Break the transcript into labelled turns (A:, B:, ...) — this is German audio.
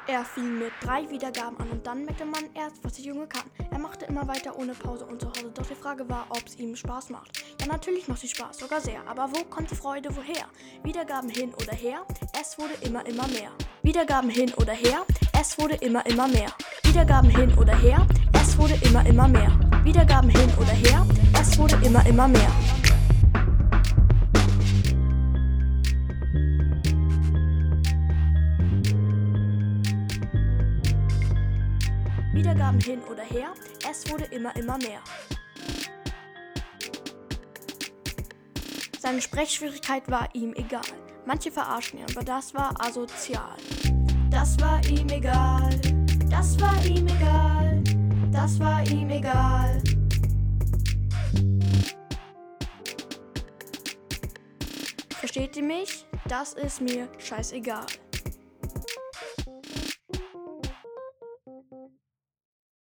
A: Er fing mit 3 Wiedergaben an und dann merkte man erst, was der Junge kann. Er machte immer weiter ohne Pause und zu Hause, doch die Frage war, ob es ihm Spaß macht. Ja, natürlich macht es Spaß, sogar sehr, aber wo kommt die Freude woher? Wiedergaben hin oder her, es wurde immer mehr. Wiedergaben hin oder her, es wurde immer mehr. Wiedergaben hin oder her, es wurde immer mehr. Wiedergaben hin oder her, es wurde immer mehr. Wiedergaben hin oder her, es wurde immer mehr. Seine Sprechschwierigkeit war ihm egal. Manche verarschen ihn, aber das war asozial. Das war ihm egal, das war ihm egal, das war ihm egal. Versteht ihr mich? Das ist mir scheißegal.